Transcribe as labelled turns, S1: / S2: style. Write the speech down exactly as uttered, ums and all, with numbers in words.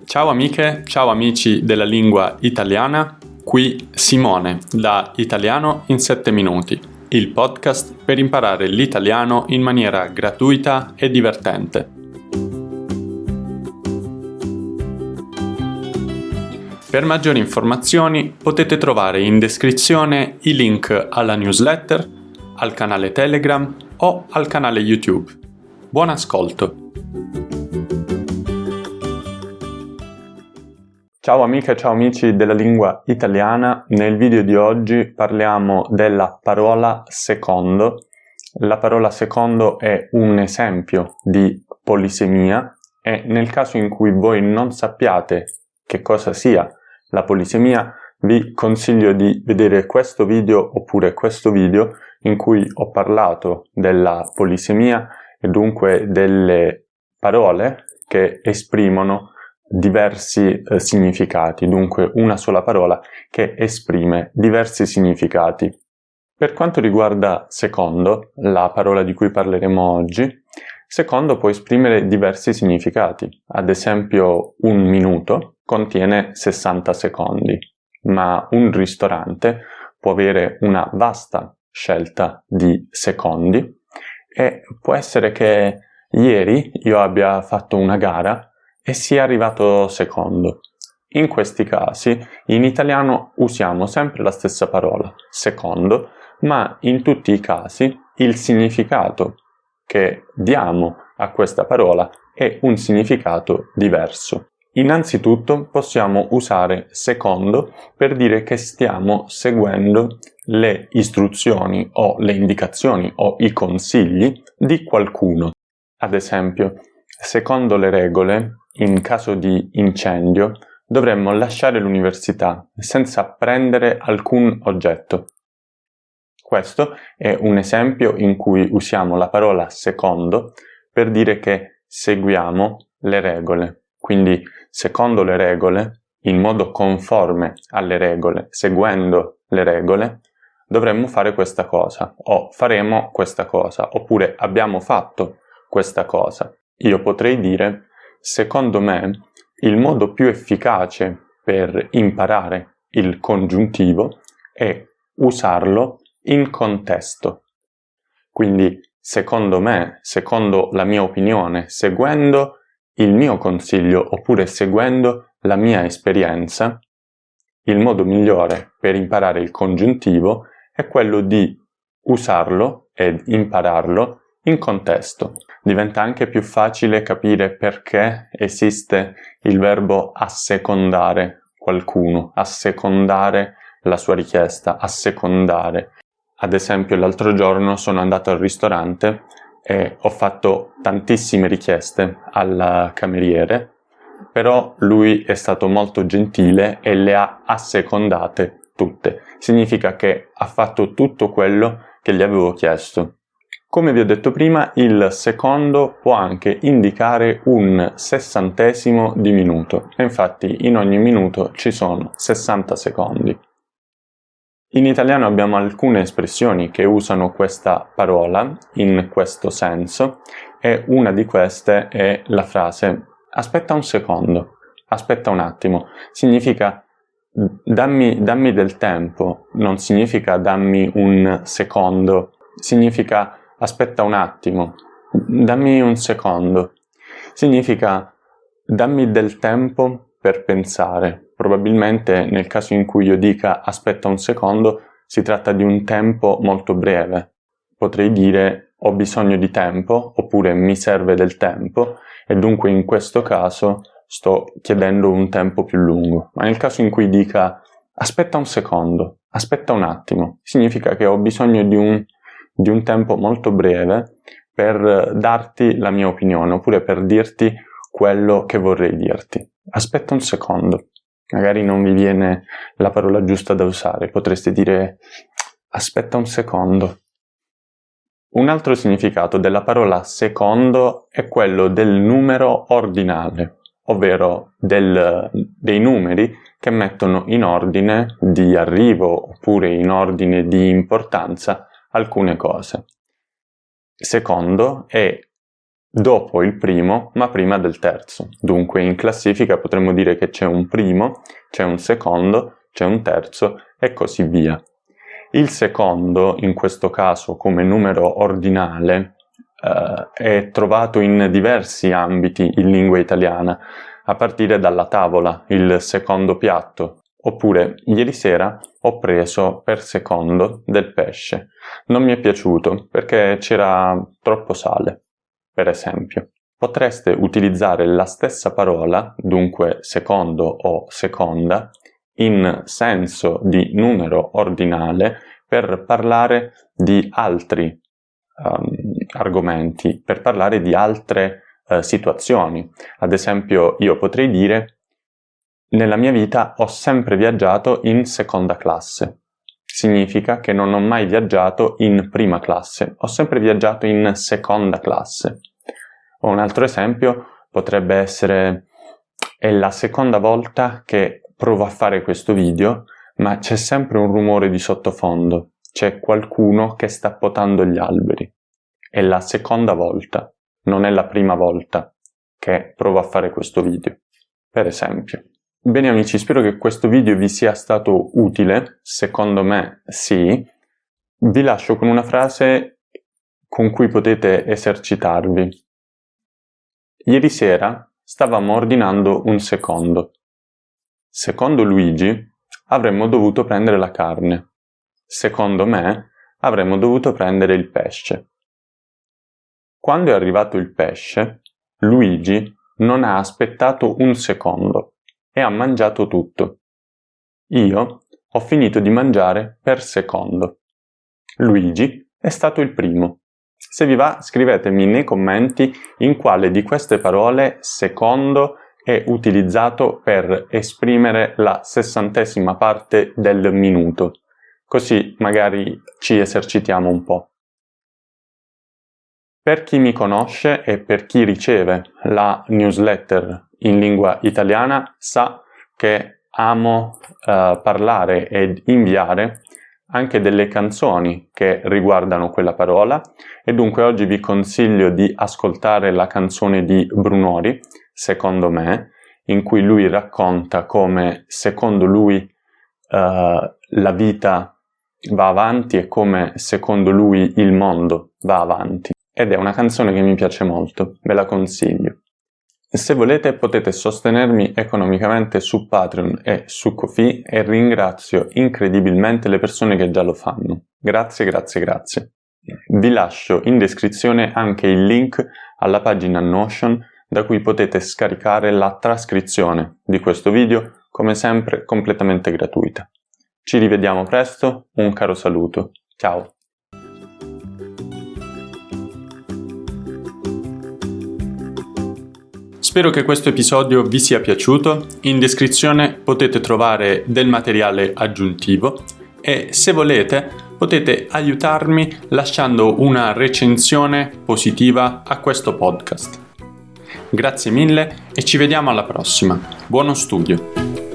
S1: Ciao amiche, ciao amici della lingua italiana, qui Simone da Italiano in sette minuti, il podcast per imparare l'italiano in maniera gratuita e divertente. Per maggiori informazioni potete trovare in descrizione i link alla newsletter, al canale Telegram o al canale YouTube. Buon ascolto! Ciao amiche, ciao amici della lingua italiana, nel video di oggi parliamo della parola secondo. La parola secondo è un esempio di polisemia e nel caso in cui voi non sappiate che cosa sia la polisemia, vi consiglio di vedere questo video oppure questo video in cui ho parlato della polisemia e dunque delle parole che esprimono diversi eh, significati, dunque una sola parola che esprime diversi significati. Per quanto riguarda secondo, la parola di cui parleremo oggi, secondo può esprimere diversi significati. Ad esempio, un minuto contiene sessanta secondi, ma un ristorante può avere una vasta scelta di secondi e può essere che ieri io abbia fatto una gara e sia arrivato secondo. In questi casi, in italiano usiamo sempre la stessa parola, secondo, ma in tutti i casi il significato che diamo a questa parola è un significato diverso. Innanzitutto possiamo usare secondo per dire che stiamo seguendo le istruzioni o le indicazioni o i consigli di qualcuno. Ad esempio, secondo le regole, in caso di incendio, dovremmo lasciare l'università senza prendere alcun oggetto. Questo è un esempio in cui usiamo la parola secondo per dire che seguiamo le regole. Quindi, secondo le regole, in modo conforme alle regole, seguendo le regole, dovremmo fare questa cosa, o faremo questa cosa, oppure abbiamo fatto questa cosa. Io potrei dire, secondo me, il modo più efficace per imparare il congiuntivo è usarlo in contesto. Quindi, secondo me, secondo la mia opinione, seguendo il mio consiglio oppure seguendo la mia esperienza, il modo migliore per imparare il congiuntivo è quello di usarlo ed impararlo in contesto. Diventa anche più facile capire perché esiste il verbo assecondare qualcuno, assecondare la sua richiesta, assecondare. Ad esempio, l'altro giorno sono andato al ristorante e ho fatto tantissime richieste al cameriere, però lui è stato molto gentile e le ha assecondate tutte. Significa che ha fatto tutto quello che gli avevo chiesto. Come vi ho detto prima, il secondo può anche indicare un sessantesimo di minuto, e infatti in ogni minuto ci sono sessanta secondi. In italiano abbiamo alcune espressioni che usano questa parola in questo senso, e una di queste è la frase aspetta un secondo, aspetta un attimo. Significa dammi, dammi del tempo, non significa dammi un secondo, significa aspetta un attimo, dammi un secondo. Significa dammi del tempo per pensare. Probabilmente nel caso in cui io dica aspetta un secondo si tratta di un tempo molto breve. Potrei dire ho bisogno di tempo oppure mi serve del tempo e dunque in questo caso sto chiedendo un tempo più lungo. Ma nel caso in cui dica aspetta un secondo, aspetta un attimo, significa che ho bisogno di un di un tempo molto breve per darti la mia opinione oppure per dirti quello che vorrei dirti. Aspetta un secondo. Magari non vi viene la parola giusta da usare, potreste dire aspetta un secondo. Un altro significato della parola secondo è quello del numero ordinale, ovvero del, dei numeri che mettono in ordine di arrivo oppure in ordine di importanza alcune cose. Secondo è dopo il primo, ma prima del terzo. Dunque in classifica potremmo dire che c'è un primo, c'è un secondo, c'è un terzo e così via. Il secondo, in questo caso come numero ordinale, eh, è trovato in diversi ambiti in lingua italiana, a partire dalla tavola, il secondo piatto, oppure ieri sera ho preso per secondo del pesce. Non mi è piaciuto perché c'era troppo sale, per esempio. Potreste utilizzare la stessa parola, dunque secondo o seconda, in senso di numero ordinale per parlare di altri um, argomenti, per parlare di altre uh, situazioni. Ad esempio, io potrei dire: nella mia vita ho sempre viaggiato in seconda classe. Significa che non ho mai viaggiato in prima classe, ho sempre viaggiato in seconda classe. O un altro esempio potrebbe essere: è la seconda volta che provo a fare questo video, ma c'è sempre un rumore di sottofondo, c'è qualcuno che sta potando gli alberi. È la seconda volta, non è la prima volta che provo a fare questo video, per esempio. Bene amici, spero che questo video vi sia stato utile, secondo me sì. Vi lascio con una frase con cui potete esercitarvi. Ieri sera stavamo ordinando un secondo. Secondo Luigi avremmo dovuto prendere la carne. Secondo me avremmo dovuto prendere il pesce. Quando è arrivato il pesce, Luigi non ha aspettato un secondo e ha mangiato tutto. Io ho finito di mangiare per secondo. Luigi è stato il primo. Se vi va, scrivetemi nei commenti in quale di queste parole secondo è utilizzato per esprimere la sessantesima parte del minuto. Così magari ci esercitiamo un po'. Per chi mi conosce e per chi riceve la newsletter in lingua italiana sa che amo uh, parlare ed inviare anche delle canzoni che riguardano quella parola e dunque oggi vi consiglio di ascoltare la canzone di Brunori, Secondo me, in cui lui racconta come secondo lui uh, la vita va avanti e come secondo lui il mondo va avanti. Ed è una canzone che mi piace molto, ve la consiglio. Se volete potete sostenermi economicamente su Patreon e su Ko-fi e ringrazio incredibilmente le persone che già lo fanno. Grazie, grazie, grazie. Vi lascio in descrizione anche il link alla pagina Notion da cui potete scaricare la trascrizione di questo video, come sempre completamente gratuita. Ci rivediamo presto, un caro saluto. Ciao! Spero che questo episodio vi sia piaciuto. In descrizione potete trovare del materiale aggiuntivo e se volete potete aiutarmi lasciando una recensione positiva a questo podcast. Grazie mille e ci vediamo alla prossima. Buono studio!